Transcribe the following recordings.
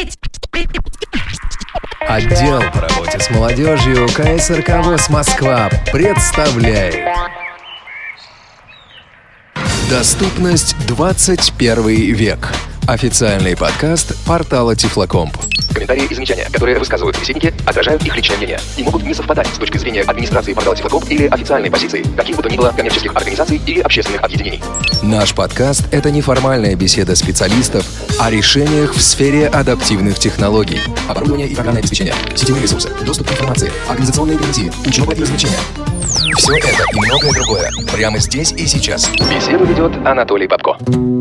Отдел по работе с молодежью КСРК ВОС Москва представляет «Доступность 21 век». Официальный подкаст портала Тифлокомп. Комментарии и замечания, которые высказывают собеседники, отражают их личное мнение и могут не совпадать с точки зрения администрации портала Тифлокомп или официальной позиции каких бы то ни было коммерческих организаций или общественных объединений. Наш подкаст – это неформальная беседа специалистов о решениях в сфере адаптивных технологий. Оборудование и программное обеспечение, сетевые ресурсы, доступ к информации, организационные гарантии, учеба и развлечения. Все это и многое другое прямо здесь и сейчас. Беседу ведет Анатолий Бабко.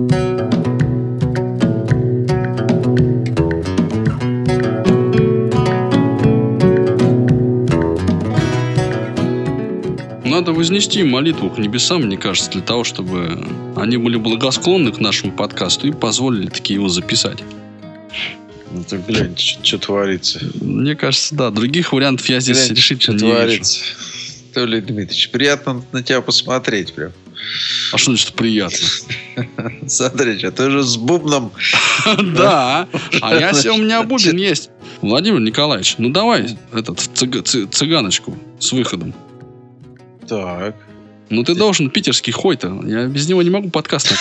Надо вознести молитву к небесам, мне кажется, для того, чтобы они были благосклонны к нашему подкасту и позволили таки его записать. Ну ты глянь, что творится. Мне кажется, да. Других вариантов я здесь решительно не творится. Вижу. Анатолий Дмитриевич, приятно на тебя посмотреть прям. А что значит приятно? Смотри, ты же с бубном. Да, а у меня бубен есть. Владимир Николаевич, ну давай цыганочку с выходом. Так. Ну ты должен питерский хой-то. Я без него не могу подкаст.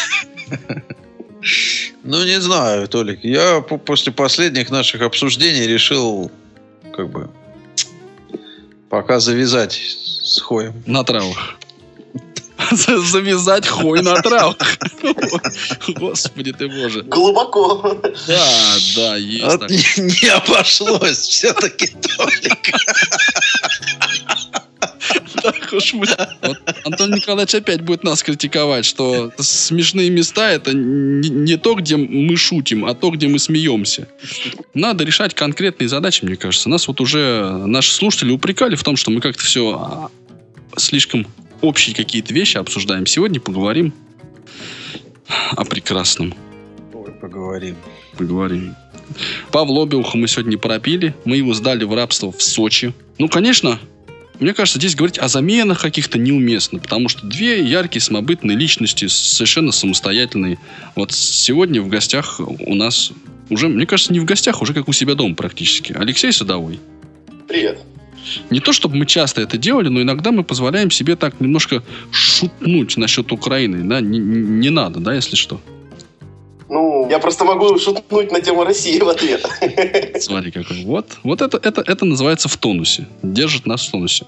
Ну не знаю, Толик. Я после последних наших обсуждений решил пока завязать с хоем. На травах. Завязать хой на травах. Господи ты боже. Глубоко. Да, есть. Не обошлось все-таки, Толик. Так уж мы... Вот Антон Николаевич опять будет нас критиковать, что смешные места — это не то, где мы шутим, а то, где мы смеемся. Надо решать конкретные задачи, мне кажется. Нас вот уже наши слушатели упрекали в том, что мы как-то все слишком общие какие-то вещи обсуждаем. Сегодня поговорим о прекрасном. Ой, поговорим. Павла Обиуха мы сегодня не пропили. Мы его сдали в рабство в Сочи. Ну, конечно... Мне кажется, здесь говорить о заменах каких-то неуместно, потому что две яркие самобытные личности, совершенно самостоятельные. Вот сегодня в гостях у нас уже, мне кажется, не в гостях, уже как у себя дома практически. Алексей Садовой. Привет. Не то, чтобы мы часто это делали, но иногда мы позволяем себе так немножко шутнуть насчет Украины. Да? Не надо, да, если что. Ну, я просто могу шутнуть на тему России в ответ. Смотри, какой. Вот это называется в тонусе. Держит нас в тонусе.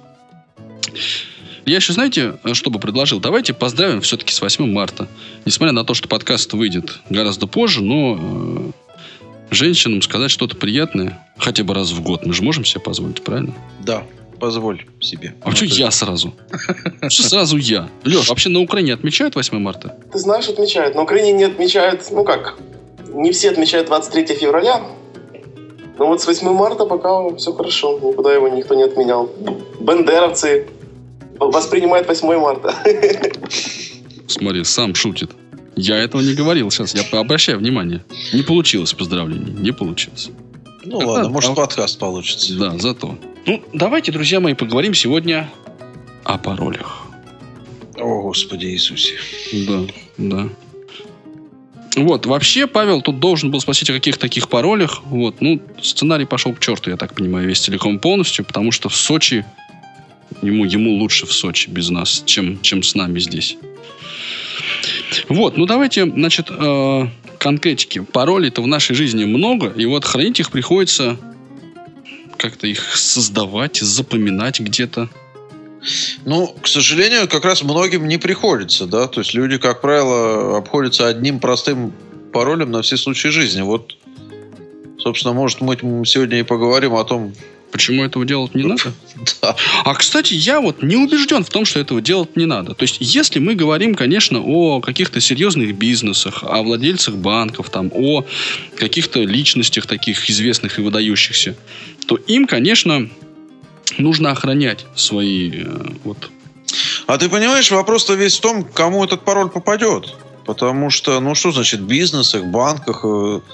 Я еще, знаете, что бы предложил? Давайте поздравим все-таки с 8 марта. Несмотря на то, что подкаст выйдет гораздо позже, но женщинам сказать что-то приятное хотя бы раз в год мы же можем себе позволить, правильно? Да, позволь себе. А что я сразу? Что сразу я? Леш, вообще на Украине отмечают 8 марта? Ты знаешь, отмечают. На Украине не отмечают, не все отмечают 23 февраля. Но вот с 8 марта пока все хорошо. Никуда его никто не отменял. Бандеровцы воспринимают 8 марта. Смотри, сам шутит. Я этого не говорил сейчас. Я обращаю внимание. Не получилось поздравление. Не получилось. Ну ладно, может подкаст получится. Да, зато. Ну, давайте, друзья мои, поговорим сегодня о паролях. О, Господи Иисусе. Да. Вот, вообще, Павел тут должен был спросить о каких таких паролях. Вот, сценарий пошел к черту, я так понимаю, весь целиком полностью, потому что в Сочи, ему лучше в Сочи без нас, чем с нами здесь. Вот, давайте, значит, конкретики. Паролей-то в нашей жизни много, и вот хранить их приходится... как-то их создавать, запоминать где-то. К сожалению, как раз многим не приходится, да. То есть люди, как правило, обходятся одним простым паролем на все случаи жизни. Вот, собственно, может, мы сегодня и поговорим о том, почему этого делать не надо? Да. А, кстати, я вот не убежден в том, что этого делать не надо. То есть, если мы говорим, конечно, о каких-то серьезных бизнесах, о владельцах банков, о каких-то личностях таких известных и выдающихся, то им, конечно, нужно охранять свои А ты понимаешь, вопрос-то весь в том, кому этот пароль попадет. Потому что, что значит в бизнесах, банках...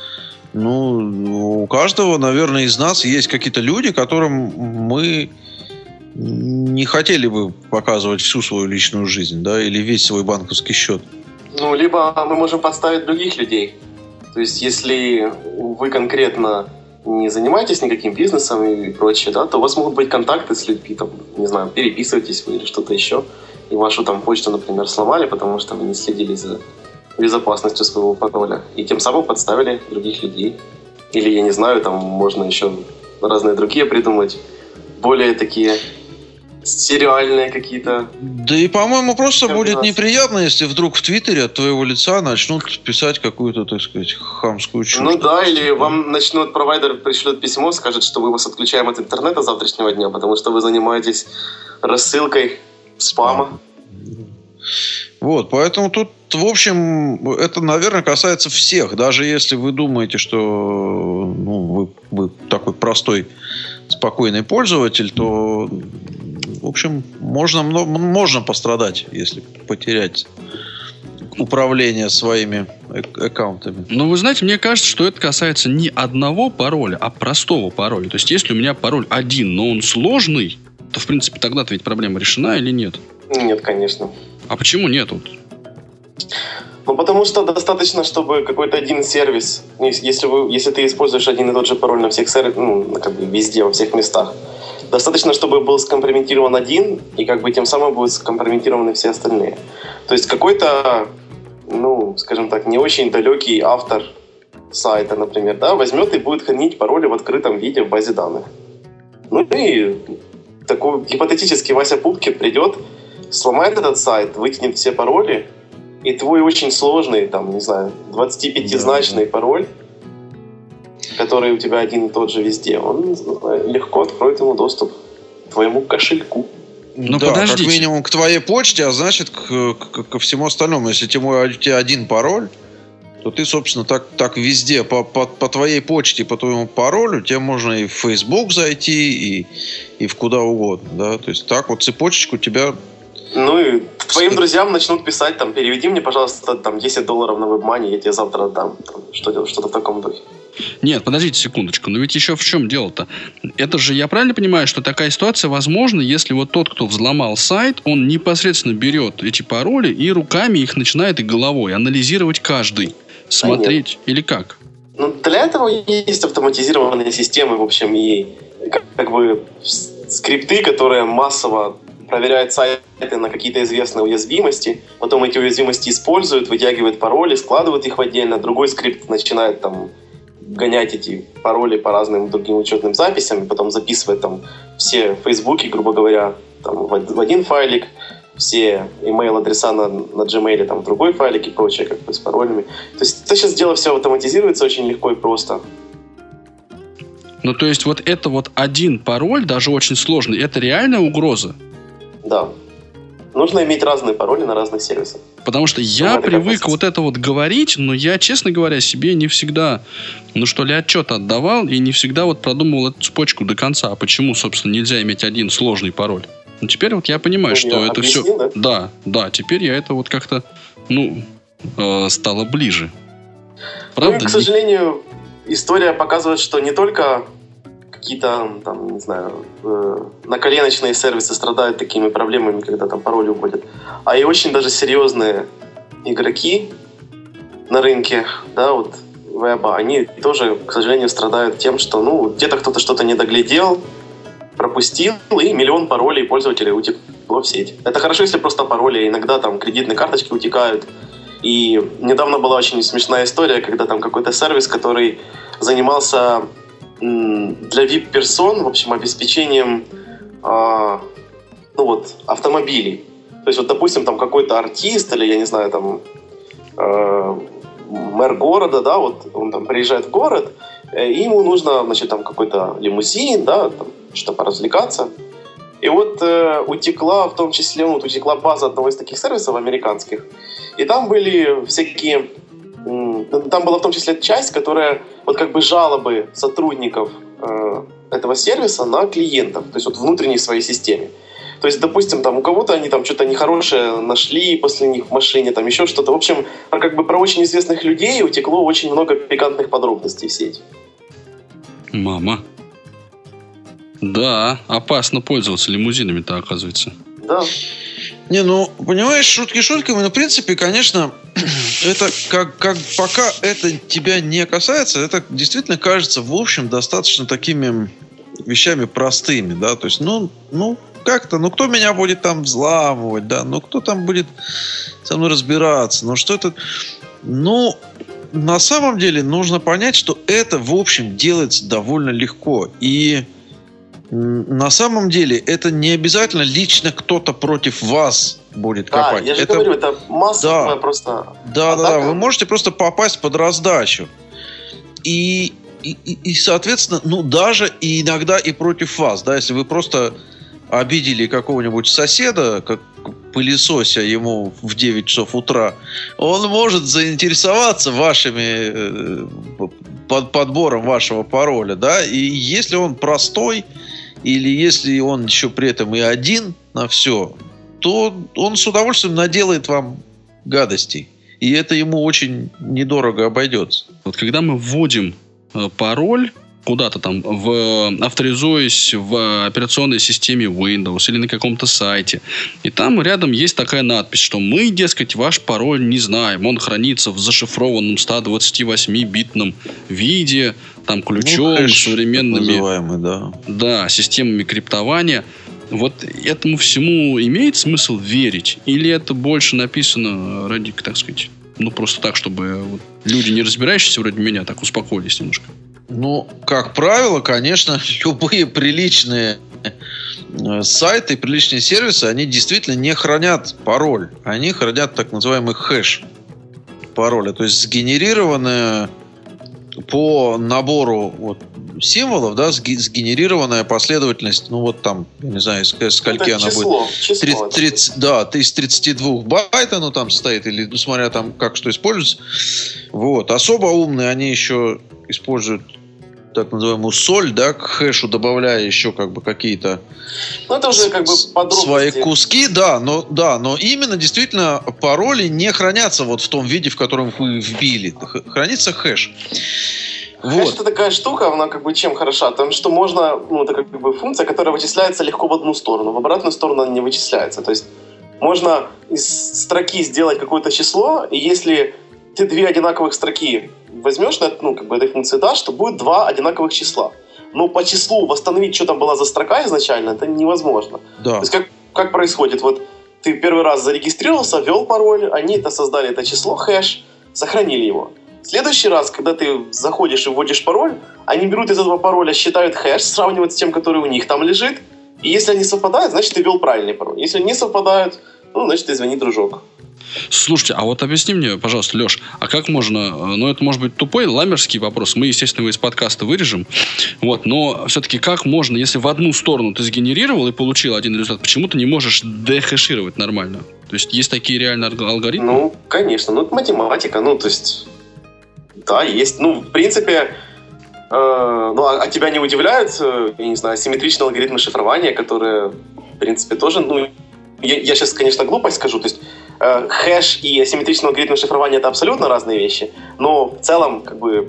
у каждого, наверное, из нас есть какие-то люди, которым мы не хотели бы показывать всю свою личную жизнь, да, или весь свой банковский счет. Либо мы можем подставить других людей. То есть, если вы конкретно не занимаетесь никаким бизнесом и прочее, да, то у вас могут быть контакты с людьми, там, не знаю, переписываетесь вы или что-то еще, и вашу там почту, например, сломали, потому что вы не следили за безопасностью своего пароля, и тем самым подставили других людей. Или, я не знаю, там можно еще разные другие придумать, более такие сериальные какие-то. Да и, по-моему, просто будет неприятно, если вдруг в Твиттере от твоего лица начнут писать какую-то, так сказать, хамскую чушь. Ну да, или вам провайдер пришлет письмо, скажет, что мы вас отключаем от интернета с завтрашнего дня, потому что вы занимаетесь рассылкой спама. Вот, поэтому тут, в общем, это, наверное, касается всех. Даже если вы думаете, что вы такой простой, спокойный пользователь, то, в общем, можно пострадать, если потерять управление своими аккаунтами. Но вы знаете, мне кажется, что это касается не одного пароля, а простого пароля. То есть, если у меня пароль один, но он сложный, то, в принципе, тогда-то ведь проблема решена или нет? Нет, конечно. А почему нет? Ну, потому что достаточно, чтобы какой-то один сервис, если ты используешь один и тот же пароль на всех сервисах, как бы везде, во всех местах, достаточно, чтобы был скомпрометирован один, и как бы тем самым будут скомпрометированы все остальные. То есть какой-то, скажем так, не очень далекий автор сайта, например, да, возьмет и будет хранить пароли в открытом виде в базе данных. Ну и такой гипотетически Вася Пупкин придет, сломает этот сайт, вытянет все пароли, и твой очень сложный, там, не знаю, 25-значный пароль, который у тебя один и тот же везде, он легко откроет ему доступ к твоему кошельку. Ну, да, подождите. как минимум к твоей почте, а значит ко всему остальному. Если у тебя один пароль, то ты, собственно, так везде по твоей почте, по твоему паролю, тебе можно и в Facebook зайти, и в куда угодно. Да? То есть так вот цепочечку тебя... Ну и твоим друзьям начнут писать, там, переведи мне, пожалуйста, там, $10 на WebMoney, я тебе завтра отдам. Там, что-то в таком духе. Нет, подождите секундочку, но ведь еще в чем дело-то? Это же, я правильно понимаю, что такая ситуация возможна, если вот тот, кто взломал сайт, он непосредственно берет эти пароли и руками их начинает и головой анализировать каждый, смотреть или как? Ну, для этого есть автоматизированные системы, в общем, и как бы скрипты, которые массово проверяют сайты на какие-то известные уязвимости, потом эти уязвимости используют, вытягивают пароли, складывают их в отдельно, другой скрипт начинает там гонять эти пароли по разным другим учетным записям, и потом записывать там все фейсбуки, грубо говоря, там, в один файлик, все email-адреса на Gmail там, в другой файлик и прочее, как бы с паролями. То есть это сейчас дело все автоматизируется очень легко и просто. Ну, то есть вот это вот один пароль, даже очень сложный, это реальная угроза? Да. Нужно иметь разные пароли на разных сервисах. Потому что я привык вот это вот говорить, но я, честно говоря, себе не всегда, отчет отдавал и не всегда вот продумывал эту цепочку до конца. А почему, собственно, нельзя иметь один сложный пароль? Ну, теперь вот я понимаю, что это все... Да? Да, теперь я это вот как-то, стало ближе. Правда? Ну и, к сожалению, история показывает, что не только какие-то, там, не знаю, наколеночные сервисы страдают такими проблемами, когда там пароли уходят, а и очень даже серьезные игроки на рынке, да, вот веба, они тоже, к сожалению, страдают тем, что, где-то кто-то что-то не доглядел, пропустил, и миллион паролей пользователей утекло в сеть. Это хорошо, если просто пароли, иногда там кредитные карточки утекают. И недавно была очень смешная история, когда там какой-то сервис, который занимался для VIP-персон, в общем, обеспечением автомобилей. То есть, вот, допустим, там какой-то артист или, я не знаю, там мэр города, да, вот он там приезжает в город, и ему нужно, значит, там какой-то лимузин, да, там что-то поразвлекаться. И вот утекла, в том числе, утекла база одного из таких сервисов американских, и там были всякие... Там была в том числе часть, которая вот как бы жалобы сотрудников этого сервиса на клиентов, то есть вот внутренней своей системе. То есть, допустим, там у кого-то они там что-то нехорошее нашли после них в машине, там еще что-то. В общем, про очень известных людей утекло очень много пикантных подробностей в сеть. Мама. Да, опасно пользоваться лимузинами-то, оказывается. Да. Не, понимаешь, шутки шутками, но, в принципе, конечно, это как пока это тебя не касается, это действительно кажется, в общем, достаточно такими вещами простыми, да, то есть, как-то, кто меня будет там взламывать, да, кто там будет со мной разбираться, что это, на самом деле нужно понять, что это, в общем, делается довольно легко, и на самом деле это не обязательно лично кто-то против вас будет копать. Я же говорю, это массовая просто Да, вы можете просто попасть под раздачу. И соответственно, даже и иногда и против вас, да, если вы просто обидели какого-нибудь соседа, как пылесося ему в 9 часов утра, он может заинтересоваться вашими подбором вашего пароля, да, и если он простой, или если он еще при этом и один на все, то он с удовольствием наделает вам гадостей. И это ему очень недорого обойдется. Вот когда мы вводим пароль куда-то там, авторизуясь в операционной системе Windows или на каком-то сайте, и там рядом есть такая надпись, что мы, дескать, ваш пароль не знаем. Он хранится в зашифрованном 128-битном виде, там ключом, хэш, современными системами криптования. Вот этому всему имеет смысл верить? Или это больше написано ради, так сказать, просто так, чтобы люди, не разбирающиеся вроде меня, так успокоились немножко? Как правило, конечно, любые приличные сайты, приличные сервисы, они действительно не хранят пароль. Они хранят так называемый хэш пароля. То есть сгенерированная по набору символов, да, сгенерированная последовательность, я не знаю, из скольки она будет. Число. 30, из 32 байт оно там состоит, или, смотря там, как что используется. Особо умные они еще используют так называемую соль, да, к хэшу добавляя еще какие-то это уже подробности. Свои куски, но именно действительно пароли не хранятся в том виде, в котором вы вбили. Хранится хэш. Хэш это такая штука, она чем хороша? Потому что можно, это функция, которая вычисляется легко в одну сторону, в обратную сторону она не вычисляется. То есть можно из строки сделать какое-то число, и если ты 2 одинаковых строки возьмешь этой функции dash, то будет 2 одинаковых числа. Но по числу восстановить, что там была за строка изначально, это невозможно. Да. То есть как происходит? Ты первый раз зарегистрировался, ввел пароль, они создали это число, хэш, сохранили его. В следующий раз, когда ты заходишь и вводишь пароль, они берут из этого пароля, считают хэш, сравнивают с тем, который у них там лежит, и если они совпадают, значит, ты ввел правильный пароль. Если не совпадают, значит, извини, дружок. Слушайте, а объясни мне, пожалуйста, Леш, а как можно, это может быть тупой ламерский вопрос, мы, естественно, его из подкаста вырежем, но все-таки как можно, если в одну сторону ты сгенерировал и получил один результат, почему ты не можешь дехэшировать нормально? То есть есть такие реально алгоритмы? Конечно, это математика, да, есть, в принципе, а тебя не удивляют, я не знаю, асимметричные алгоритмы шифрования, которые, в принципе, тоже, я сейчас, конечно, глупость скажу, то есть хэш и асимметричный алгоритм шифрования — это абсолютно разные вещи, но в целом,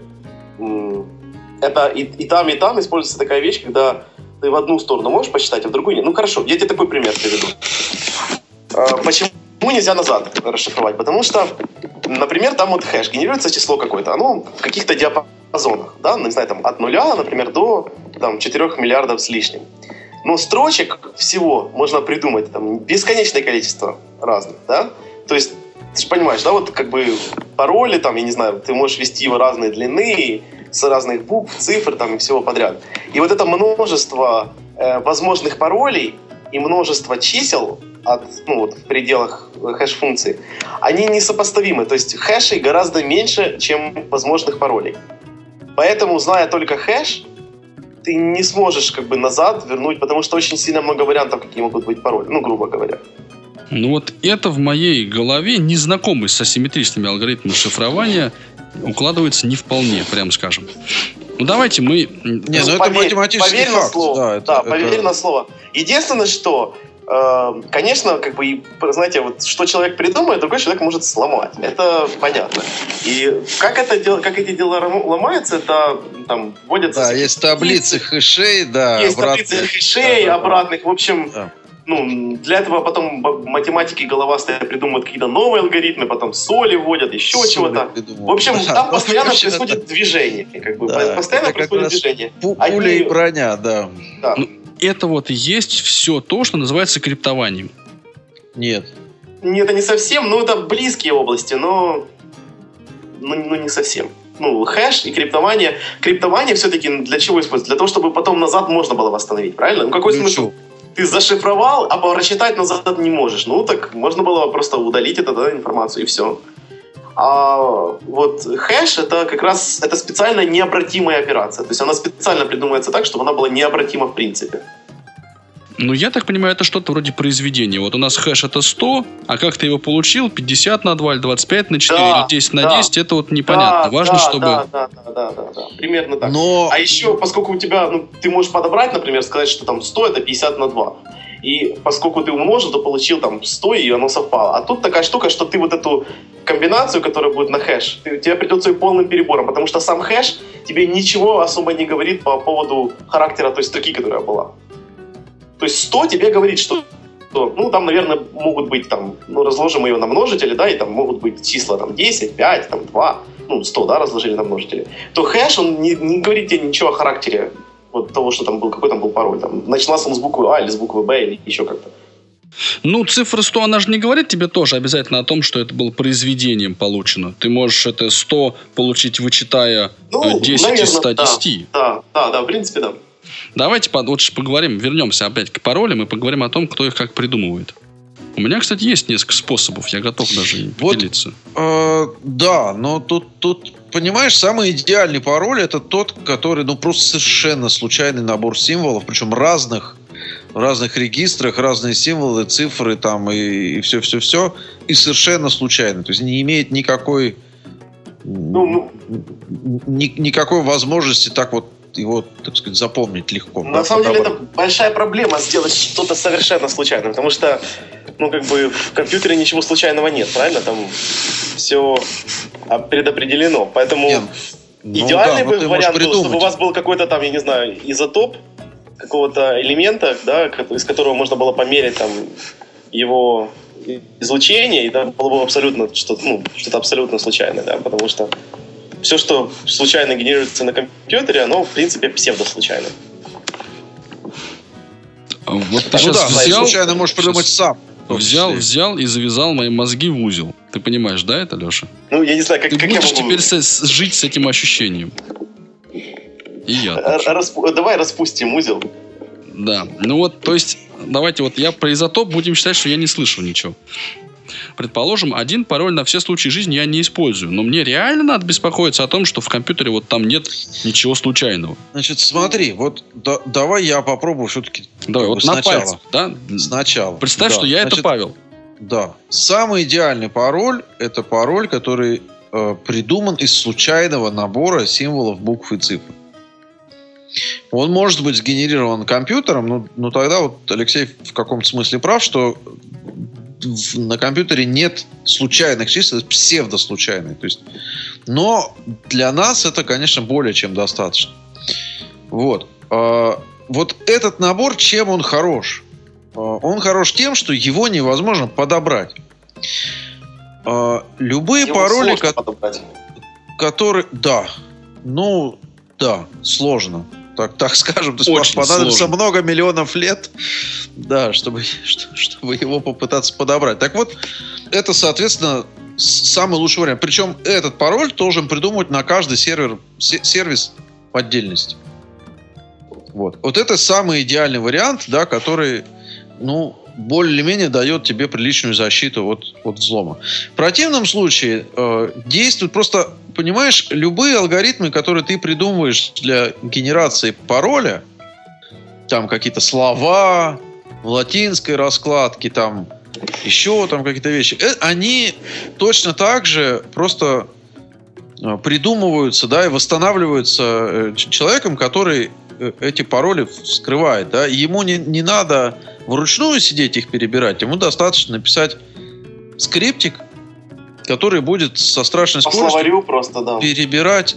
это и там используется такая вещь, когда ты в одну сторону можешь посчитать, а в другую нет. Хорошо, я тебе такой пример приведу. Почему нельзя назад расшифровать? Потому что, например, там хэш, генерируется число какое-то, оно в каких-то диапазонах, да, не знаю, от 0, например, до 4 миллиардов с лишним. Но строчек всего можно придумать бесконечное количество разных, да? То есть, ты же понимаешь, да, пароли, я не знаю, ты можешь ввести его разной длины, с разных букв, цифр, и всего подряд. И это множество возможных паролей и множество чисел в пределах хэш-функции, они несопоставимы. То есть, хэшей гораздо меньше, чем возможных паролей. Поэтому, зная только хэш, ты не сможешь назад вернуть, потому что очень сильно много вариантов, какие могут быть пароли, грубо говоря. Это в моей голове, незнакомый с асимметричными алгоритмами шифрования, укладывается не вполне, прямо скажем. Давайте мы... это математический факт. Поверь на слово. Единственное, что, конечно, знаете, что человек придумает, другой человек может сломать. Это понятно. И как эти дела ломаются, это вводятся... Да, есть таблицы хэшей, да. Есть таблицы хэшей, обратных. В общем, Ну, для этого потом математики головастые придумывают какие-то новые алгоритмы, потом соли вводят, еще чего-то. В общем, там постоянно происходит движение. Как бы, постоянно происходит движение. Пуля и броня, да. Ну, это вот и есть все то, что называется криптованием. Нет. Нет, это не совсем, ну, это близкие области, но не совсем. Ну, хэш и криптование. Криптование все-таки для чего используется? Для того, чтобы потом назад можно было восстановить, правильно? Ну, какой смысл? Ты зашифровал, а прочитать назад не можешь. Ну, так можно было просто удалить эту информацию, и все. А вот хэш это как раз это специально необратимая операция. То есть она специально придумывается так, чтобы она была необратима в принципе. Ну, я так понимаю, это что-то вроде произведения. Вот у нас хэш это 100, а как ты его получил? 50 на 2, или 25 на 4, или 10 на 10, это вот непонятно. Важно, чтобы... Да. Примерно так. А еще, поскольку у тебя, ты можешь подобрать, например, сказать, что там 100 это 50 на 2. И поскольку ты умножил, то получил там 100, и оно совпало. А тут такая штука, что ты вот эту комбинацию, которая будет на хэш, тебе придется и полным перебором, потому что сам хэш тебе ничего особо не говорит по поводу характера той строки, которая была. То есть 100 тебе говорит, что там, наверное, могут быть там, разложим ее на множители, да, и там могут быть числа там 10, 5, там 2, 100, да, разложили на множители. То хэш, он не говорит тебе ничего о характере вот того, что там был, какой там был пароль. Там, начинался он с буквы А или с буквы Б или еще как-то. Ну, цифра 100, она же не говорит тебе тоже обязательно о том, что это было произведением получено. Ты можешь это 100 получить, вычитая 10 наверное, из 110. Да, в принципе, да. Давайте поговорим, вернемся опять к паролям и поговорим о том, кто их как придумывает. У меня, кстати, есть несколько способов, я готов даже поделиться. Да, но тут, понимаешь, самый идеальный пароль это тот, который, просто совершенно случайный набор символов, причем в разных регистрах, разные символы, цифры там и все, и совершенно случайно. То есть не имеет никакой возможности так вот его, так сказать, запомнить легко. На самом деле это большая проблема сделать что-то совершенно случайным, потому что, в компьютере ничего случайного нет, правильно? Там все предопределено, поэтому идеальный вариант был, чтобы у вас был какой-то там, я не знаю, изотоп какого-то элемента, да, из которого можно было померить там его излучение, и там было бы абсолютно что-то абсолютно случайное, да, потому что все, что случайно генерируется на компьютере, оно, в принципе, псевдослучайно. Вот ты сейчас случайно можешь придумать сам. Взял и завязал мои мозги в узел. Ты понимаешь, да, это, Леша? Я не знаю, как ты я будешь могу... теперь жить с этим ощущением. И я. Давай распустим узел. Да. То есть, давайте я про изотоп будем считать, что я не слышал ничего. Предположим, один пароль на все случаи жизни я не использую. Но мне реально надо беспокоиться о том, что в компьютере там нет ничего случайного. Значит, смотри, давай я попробую все-таки. Давай, на пальцах, да? Сначала. Представь, что я это Павел. Да. Самый идеальный пароль – это пароль, который придуман из случайного набора символов, букв и цифр. Он может быть сгенерирован компьютером, но тогда Алексей в каком-то смысле прав, что на компьютере нет случайных чисел, это псевдослучайные. То есть, но для нас это, конечно, более чем достаточно. Вот этот набор, чем он хорош? Он хорош тем, что его невозможно подобрать. Любые его пароли, которые... Да, сложно. Так скажем, то есть понадобится много миллионов лет, да, чтобы его попытаться подобрать. Так вот, это, соответственно, самый лучший вариант. Причем этот пароль должен придумывать на каждый сервис в отдельности. Вот это самый идеальный вариант, да, который, более-менее дает тебе приличную защиту от взлома. В противном случае действует просто, понимаешь, любые алгоритмы, которые ты придумываешь для генерации пароля, там какие-то слова в латинской раскладке, там еще какие-то вещи, они точно так же просто придумываются, да, и восстанавливаются человеком, который эти пароли вскрывает, да, ему не надо вручную сидеть их перебирать, ему достаточно написать скриптик, который будет со страшной скоростью перебирать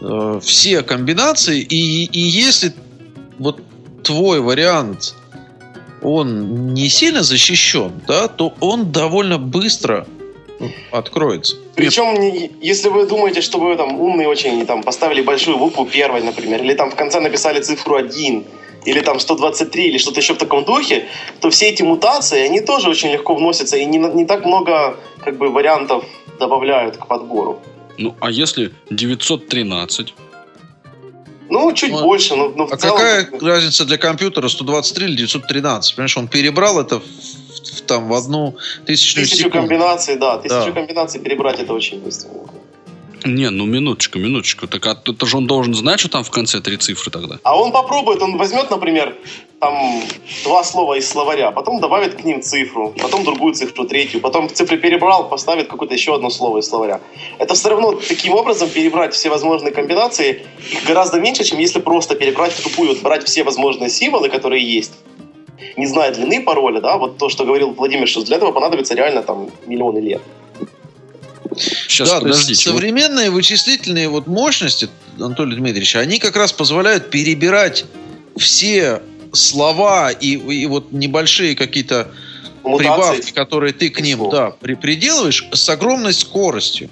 все комбинации, и если твой вариант он не сильно защищен, да, то он довольно быстро откроется. Причем, если вы думаете, что вы там умные очень, там поставили большую букву первой, например, или там в конце написали цифру 1, или там 123, или что-то еще в таком духе, то все эти мутации, они тоже очень легко вносятся, и не так много как бы вариантов добавляют к подбору. Ну, а если 913? Ну, чуть больше, но в А целом... какая разница для компьютера 123 или 913? Понимаешь, он перебрал это в одну тысячную Тысячу секунду. комбинаций, да. Тысячу комбинаций перебрать это очень быстро. Не, ну минуточку. Так это же он должен знать, что там в конце 3 цифры тогда. А он попробует, он возьмет, например, там 2 слова из словаря, потом добавит к ним цифру, потом другую цифру, третью, потом цифры перебрал, поставит какое-то еще одно слово из словаря. Это все равно таким образом перебрать все возможные комбинации, их гораздо меньше, чем если просто перебрать в тупую, вот брать все возможные символы, которые есть, не зная длины пароля, да, вот то, что говорил Владимир, что для этого понадобится реально там миллионы лет. Сейчас, да, подождите. Современные вычислительные вот мощности, Анатолий Дмитриевич, они как раз позволяют перебирать все слова и вот небольшие какие-то прибавки, которые ты к ним приделываешь с огромной скоростью.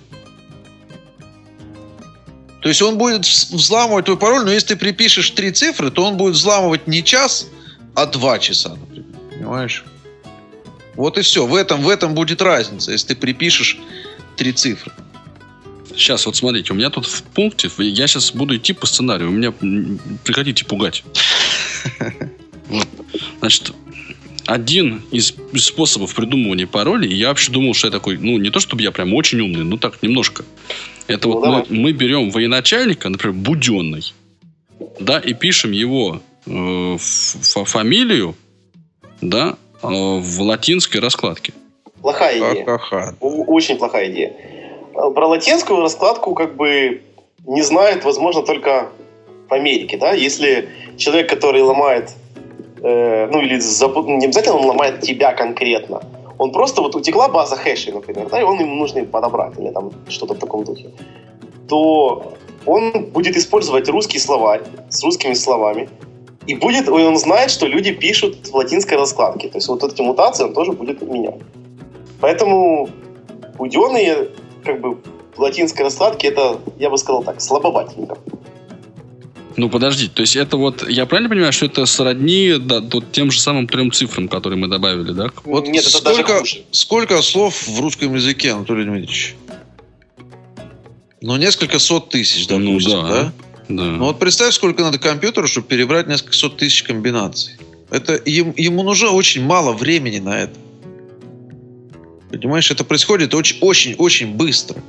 То есть он будет взламывать твой пароль, но если ты припишешь 3 цифры, то он будет взламывать не час, а 2 часа, например. Понимаешь? Вот и все. В этом будет разница, если ты припишешь 3 цифры. Сейчас, вот смотрите, у меня тут в пункте, я сейчас буду идти по сценарию, у меня прекратите пугать. Вот. Значит, один из способов придумывания паролей, я вообще думал, что я такой, ну, не то чтобы я прям очень умный, но так, немножко. Это вот мы берем военачальника, например, Буденный, да, и пишем его фамилию, да, в латинской раскладке. Плохая идея. Очень плохая идея. Про латинскую раскладку как бы не знает, возможно, только в Америке, да, если человек, который ломает, ну или не обязательно он ломает тебя конкретно, он просто вот утекла база хэшей, например, да, и ему нужно подобрать, или там что-то в таком духе, то он будет использовать русский словарь с русскими словами, и он знает, что люди пишут в латинской раскладке, то есть вот эти мутации он тоже будет менять. Поэтому буденные, как бы, в латинской раскладке, это, я бы сказал так, слабоватенько. Ну, подождите, то есть это вот, я правильно понимаю, что это сродни тем же самым 3 цифрам, которые мы добавили, да? Вот нет, это даже хуже. Сколько слов в русском языке, Анатолий Дмитриевич? Ну, несколько сот тысяч, допустим, да? Да. Ну, вот представь, сколько надо компьютеру, чтобы перебрать несколько сот тысяч комбинаций. Это ему нужно очень мало времени на это. Понимаешь, это происходит очень-очень быстро.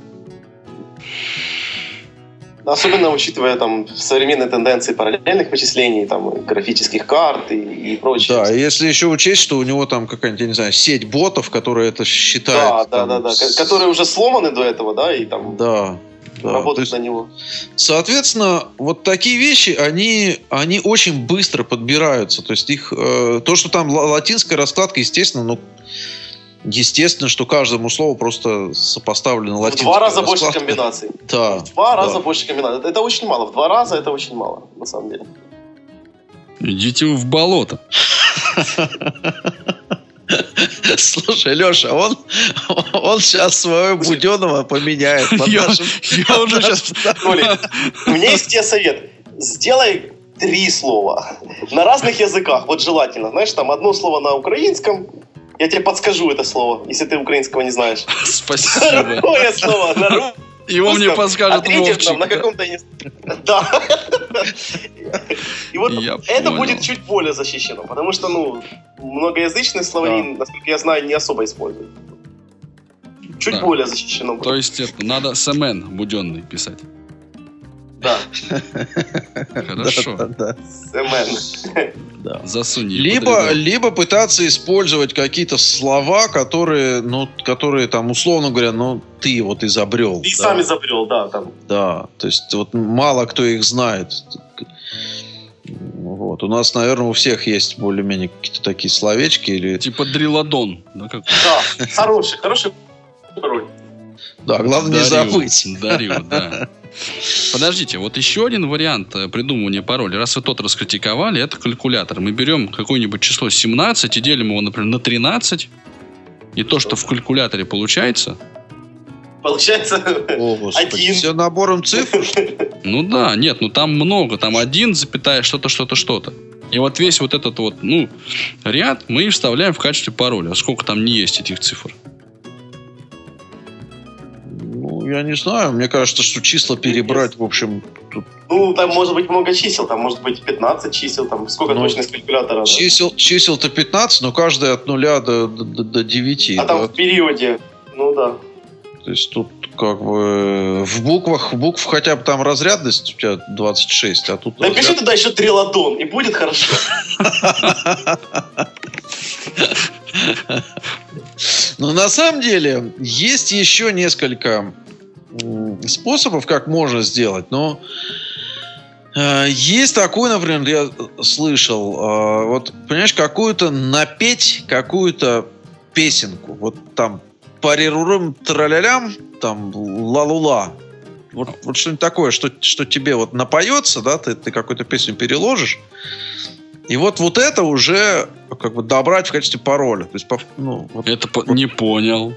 Особенно учитывая там современные тенденции параллельных вычислений, там, графических карт и прочее. Да, если еще учесть, что у него там какая-нибудь, я не знаю, сеть ботов, которые это считают. Да. Которые уже сломаны до этого, да, и там работают на него. Соответственно, вот такие вещи, они очень быстро подбираются. То есть их, то, что там латинская раскладка, естественно, естественно, что каждому слову просто сопоставлено латинское. В 2 раза больше комбинаций. Да. В 2 раза больше комбинаций. Это очень мало. В 2 раза это очень мало, на самом деле. Идите вы в болото. Слушай, Леша, он сейчас своего Буденного поменяет. Я уже сейчас... У меня есть тебе совет. Сделай 3 слова на разных языках. Вот желательно. Знаешь, там одно слово на украинском. Я тебе подскажу это слово, если ты украинского не знаешь. Спасибо. Другое слово на русском. Его мне подскажет Вовчик. На каком-то... Да. И вот это будет чуть более защищено, потому что, многоязычные словари, насколько я знаю, не особо используют. Чуть более защищено будет. То есть это надо СМН Буденный писать. Да. Хорошо. СМН. Засунь. Либо пытаться использовать какие-то слова, которые там, условно говоря, ты вот изобрел. Ты сам изобрел, да. Там. Да, то есть вот мало кто их знает. Вот. У нас, наверное, у всех есть более-менее какие-то такие словечки. Или... Типа дрилладон. Да, хороший пароль. Да, главное не забыть. Дарю, да. Подождите, вот еще один вариант придумывания пароля. Раз вы тот раскритиковали, это калькулятор. Мы берем какое-нибудь число 17 и делим его, например, на 13. И то, что в калькуляторе получается... Получается один. Все набором цифр? Ну да, нет, ну там много. Там 1, запятая, что-то, что-то, что-то. И вот весь вот этот вот, ряд мы вставляем в качестве пароля. А сколько там не есть этих цифр? Ну, я не знаю. Мне кажется, что числа перебрать, в общем... Тут... Ну, там может быть много чисел. Там может быть 15 чисел. Там сколько точность калькулятора? Чисел-то 15, но каждое от 0 до 9. А там в периоде, ну да. То есть тут как бы в букв хотя бы там разрядность у тебя 26, а тут... Напиши туда еще триладон, и будет хорошо. Но на самом деле есть еще несколько способов, как можно сделать. Но есть такой, например, я слышал, вот, понимаешь, напеть какую-то песенку. Вот там парирурым тралялям, там ла-лула. Вот что-нибудь такое, что тебе вот напоется, да, ты какую-то песню переложишь. И вот это уже как бы добрать в качестве пароля. То есть, не понял.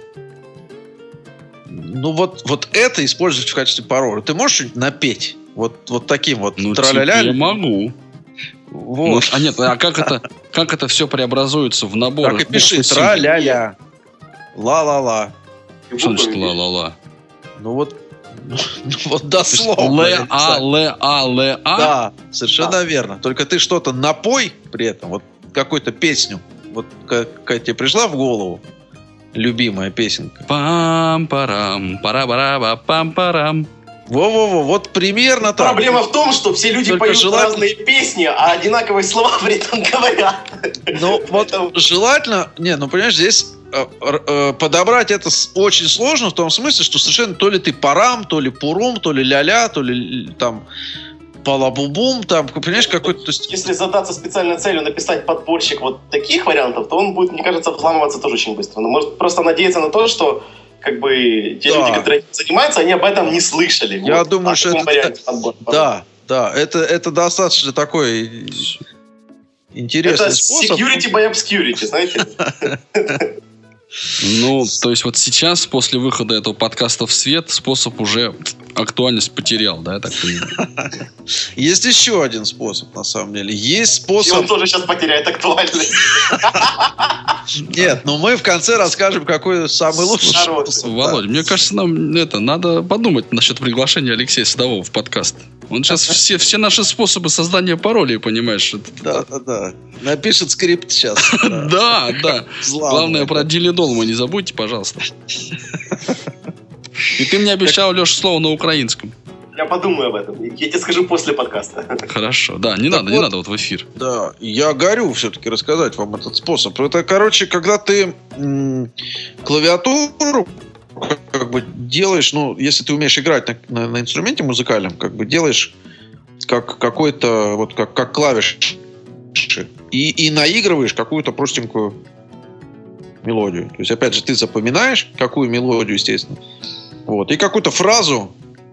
Ну вот это использовать в качестве пароля. Ты можешь что-нибудь напеть? Вот таким вот тра-ля-ля? Я могу. Вот. Как это все преобразуется в набор? Так и пиши тра-ля-ля. Ла-ла-ла. Что значит ла-ла-ла? Ну вот дословно. Л-а-л-а-л-а. Да, совершенно верно. Только ты что-то напой при этом, вот какую-то песню. Вот какая тебе пришла в голову любимая песенка. Пам-парам, пара-бара-ба-пам-парам. Во-во-во, вот примерно так. Проблема в том, что все люди поют разные песни, а одинаковые слова при этом говорят. Ну, вот желательно... понимаешь, здесь подобрать это очень сложно в том смысле, что совершенно то ли ты парам, то ли пурум, то ли ля-ля, то ли там палабубум, там, понимаешь, какой-то... Если задаться специальной целью написать подборщик вот таких вариантов, то он будет, мне кажется, взламываться тоже очень быстро. Но может просто надеяться на то, что как бы те люди, которые этим занимаются, они об этом не слышали. Я думаю, что это... Да, это достаточно такой интересный способ. Это security by obscurity, знаете? Ну, то есть вот сейчас, после выхода этого подкаста в свет, способ уже актуальность потерял, да, я так понимаю? Есть еще один способ, на самом деле. Есть способ... И он тоже сейчас потеряет актуальность. Нет, но мы в конце расскажем, какой самый лучший способ. Володя, мне кажется, нам надо подумать насчет приглашения Алексея Садового в подкаст. Он сейчас все наши способы создания паролей, понимаешь? Да. Напишет скрипт сейчас. Да. Главное, про дилидол мы не забудьте, пожалуйста. И ты мне обещал, Леша, слово на украинском. Я подумаю об этом. Я тебе скажу после подкаста. Хорошо. Да, не надо вот в эфир. Да, я горю все-таки рассказать вам этот способ. Это, короче, когда ты клавиатуру как бы делаешь, если ты умеешь играть на инструменте музыкальном, как бы делаешь как какой-то, вот как клавиш и наигрываешь какую-то простенькую мелодию. То есть, опять же, ты запоминаешь какую мелодию, естественно, вот, и какую-то фразу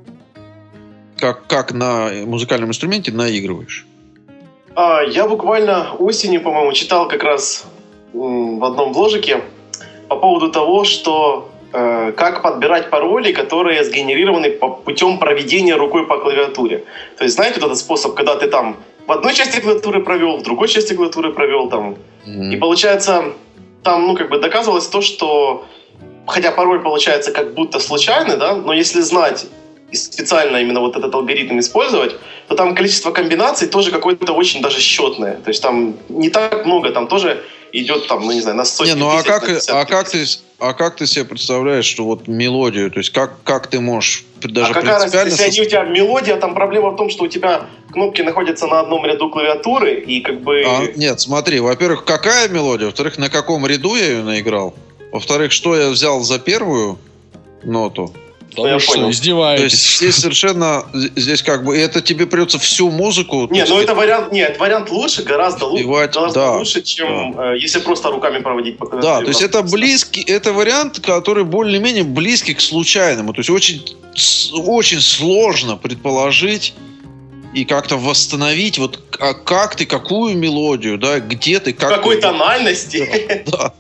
как на музыкальном инструменте наигрываешь. Я буквально осенью, по-моему, читал как раз в одном бложике по поводу того, что как подбирать пароли, которые сгенерированы путем проведения рукой по клавиатуре. То есть, знаете, вот этот способ, когда ты там в одной части клавиатуры провел, в другой части клавиатуры провел, там, и получается, там, доказывалось то, что, хотя пароль получается как будто случайный, да, но если знать и специально именно вот этот алгоритм использовать, то там количество комбинаций тоже какое-то очень даже счетное. То есть там не так много, там тоже идет там, на сотни тысяч. Как ты себе представляешь, что вот мелодию, то есть как ты можешь даже какая разница, если они у тебя мелодия, там проблема в том, что у тебя кнопки находятся на одном ряду клавиатуры, и как бы... Нет, смотри, во-первых, какая мелодия, во-вторых, на каком ряду я ее наиграл, во-вторых, что я взял за первую ноту, Да вы что, То издеваетесь? есть здесь совершенно, здесь как бы, это тебе придется всю музыку... Нет, ну это вариант лучше, гораздо да, лучше, чем если просто руками проводить по клавиатуре. Да, то есть это вариант, который более-менее близкий к случайному. То есть очень сложно предположить и как-то восстановить, вот как ты, какую мелодию, да, где ты, как... В какой тональности. Да.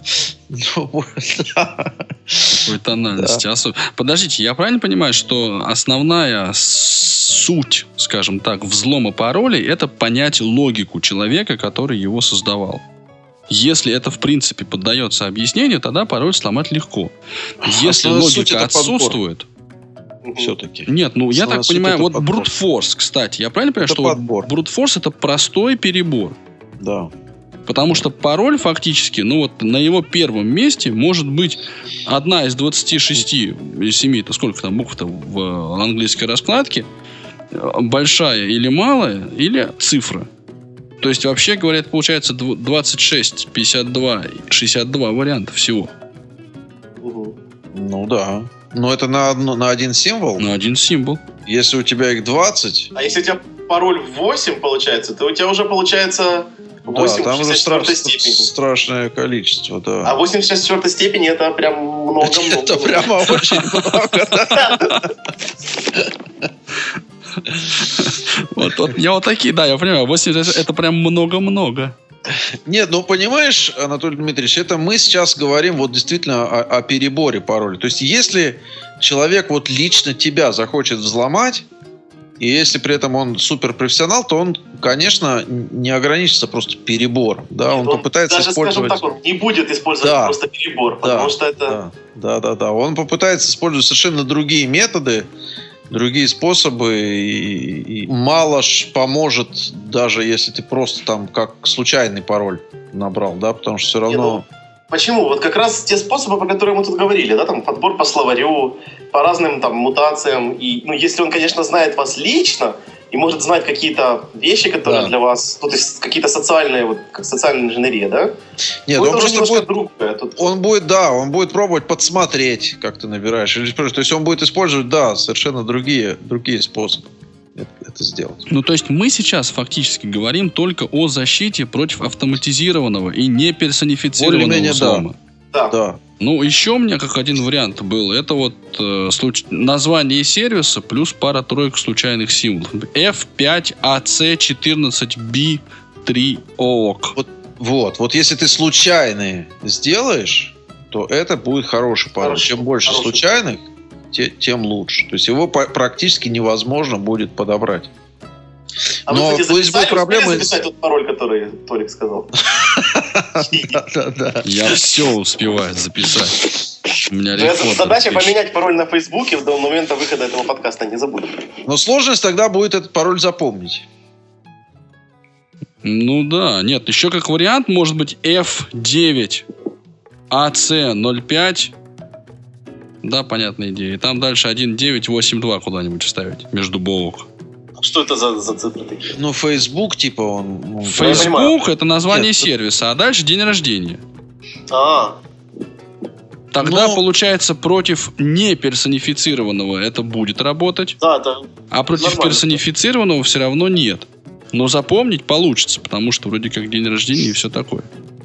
Какой тональности. Подождите, я правильно понимаю, что основная суть, скажем так, взлома паролей — это понять логику человека, который его создавал. Если это, в принципе, поддается объяснению, тогда пароль сломать легко. Если логика отсутствует... Все-таки. Нет, ну я так понимаю, вот brute force, кстати, я правильно понимаю, что brute force — это простой перебор? Да. Потому что пароль фактически, ну вот на его первом месте может быть одна из 26 или 7, это сколько там букв-то в английской раскладке, большая или малая, или цифра. То есть, вообще говоря, это получается 26, 52, 62 варианта всего. Ну да. Но это на один символ? На один символ. Если у тебя их 20... А если у тебя пароль 8 получается, то у тебя уже получается 8 да, там в 64 степени. Страшное количество, да. А 8 в 64 степени это прям много-много. Это прямо очень много. Вот я вот такие, да, я понимаю, 80 это прям много-много. Нет, ну понимаешь, Анатолий Дмитриевич, это мы сейчас говорим вот действительно о переборе пароля. То есть если человек вот лично тебя захочет взломать, и если при этом он суперпрофессионал, то он, конечно, не ограничится просто перебором. Да? Он попытается даже, использовать... скажем так, он не будет использовать просто перебор, потому что это... Да. Он попытается использовать совершенно другие методы, другие способы, и мало ж поможет, даже если ты просто там как случайный пароль набрал, да, потому что все равно... Почему? Вот как раз те способы, про которые мы тут говорили, да, там подбор по словарю, по разным там мутациям, и, ну, если он, конечно, знает вас лично и может знать какие-то вещи, которые для вас, ну, то есть какие-то социальные, вот, как социальная инженерия, да? Нет, он просто будет, другое. он будет пробовать подсмотреть, как ты набираешь, то есть он будет использовать, совершенно другие способы это сделать. Ну, то есть мы сейчас фактически говорим только о защите против автоматизированного и не персонифицированного взлома. Да. Ну, еще у меня как один вариант был. Это вот название сервиса плюс пара-тройка случайных символов. F5AC14B3OOC. Вот если ты случайные сделаешь, то это будет хороший пароль. Чем больше случайных, тем лучше. То есть его практически невозможно будет подобрать. А но вы, кстати, записать тот пароль, который Толик сказал? Да. Я все успеваю записать. У меня задача поменять пароль на Фейсбуке до момента выхода этого подкаста, не забудем. Но сложность тогда будет этот пароль запомнить. Ну да, нет, еще как вариант может быть F9AC05. Да, понятная идея. И там дальше 1982 куда-нибудь вставить между бок. Что это за цифры такие? Ну, Facebook, типа он... Facebook — это название сервиса, а дальше день рождения. Тогда, получается, против неперсонифицированного это будет работать. Да, а против персонифицированного все равно нет. Но запомнить получится, потому что вроде как день рождения и все такое.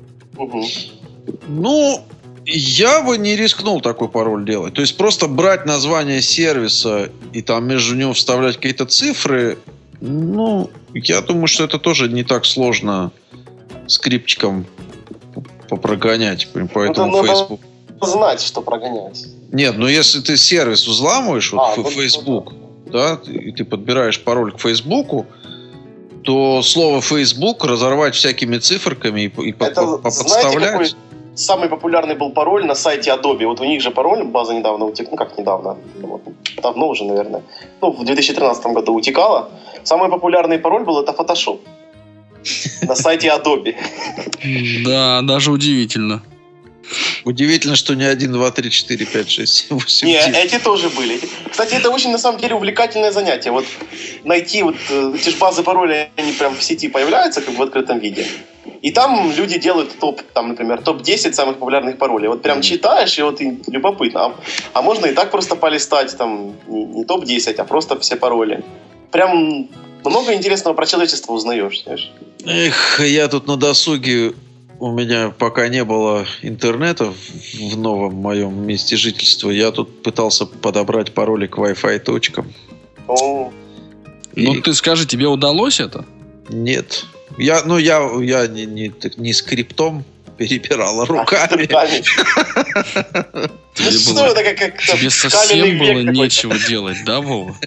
Ну, я бы не рискнул такой пароль делать. То есть просто брать название сервиса и там между ним вставлять какие-то цифры, ну, я думаю, что это тоже не так сложно скриптиком попрогонять по этому Facebook. Знать, что прогонять. Нет, ну если ты сервис взламываешь, вот Facebook, да, и ты подбираешь пароль к Фейсбуку, то слово Facebook разорвать всякими циферками и подставлять. Знаете, какой самый популярный был пароль на сайте Adobe? Вот у них же пароль, база недавно утекла. Ну как недавно? Давно уже, наверное. Ну, в 2013 году утекала. Самый популярный пароль был это Photoshop. На сайте Adobe. Да, даже удивительно. Удивительно, что не 1, 2, 3, 4, 5, 6, 7, 8, Не, 9. эти тоже были. Кстати, это очень, на самом деле, увлекательное занятие. Вот найти вот эти ж базы паролей, они прям в сети появляются, как в открытом виде. И там люди делают топ, там, например, топ-10 самых популярных паролей. Вот прям читаешь, и вот и любопытно. А можно и так просто полистать, там, не топ-10, а просто все пароли. Прям много интересного про человечество узнаешь, знаешь. Эх, я тут на досуге, у меня пока не было интернета в новом моем месте жительства, я тут пытался подобрать пароли к Wi-Fi точкам. О, Ну, ты скажи, тебе удалось это? Нет. Я не скриптом перебирал, а руками. руками. Ну что это, как Тебе совсем было нечего делать, да, Вова?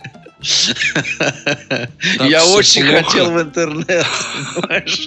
Я всё очень плохо. хотел в интернет, понимаешь?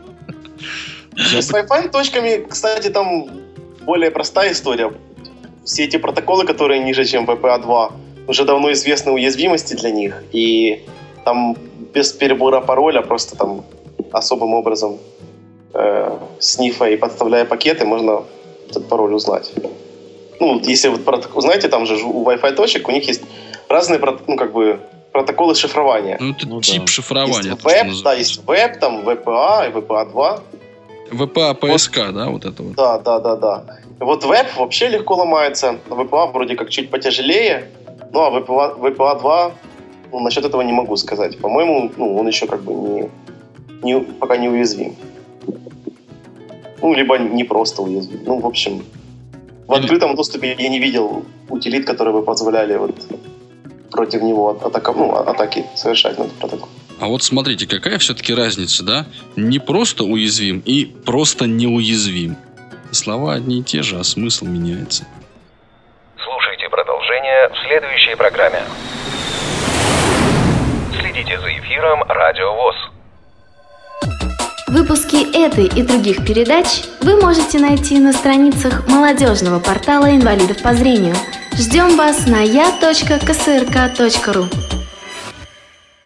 С Wi-Fi точками, кстати, там более простая история. Все эти протоколы, которые ниже, чем WPA2, уже давно известны уязвимости для них. И там без перебора пароля, просто там особым образом снифая и подставляя пакеты, можно этот пароль узнать. Ну, если вот узнаете, там же у Wi-Fi точек у них есть разные, ну, как бы, протоколы шифрования. Ну, это Ну, тип да. шифрования. Есть веб, да, есть веб, там VPA и VPA2. VPA, PSK, да, вот это вот. Да. Вот веб вообще легко ломается. VPA вроде как чуть потяжелее. Ну, а VPA2, ну, насчет этого не могу сказать. По-моему, ну, он еще как бы пока не уязвим. Ну, либо не просто уязвим. Ну, в общем, в открытом доступе я не видел утилит, которые бы позволяли вот против него атаки совершать на этот протокол. А вот смотрите, какая все-таки разница, да? Не просто уязвим и просто неуязвим. Слова одни и те же, а смысл меняется. Слушайте продолжение в следующей программе. Следите за эфиром Радио ВОС. Выпуски этой и других передач вы можете найти на страницах молодежного портала инвалидов по зрению. Ждем вас на я.ксрк.ру.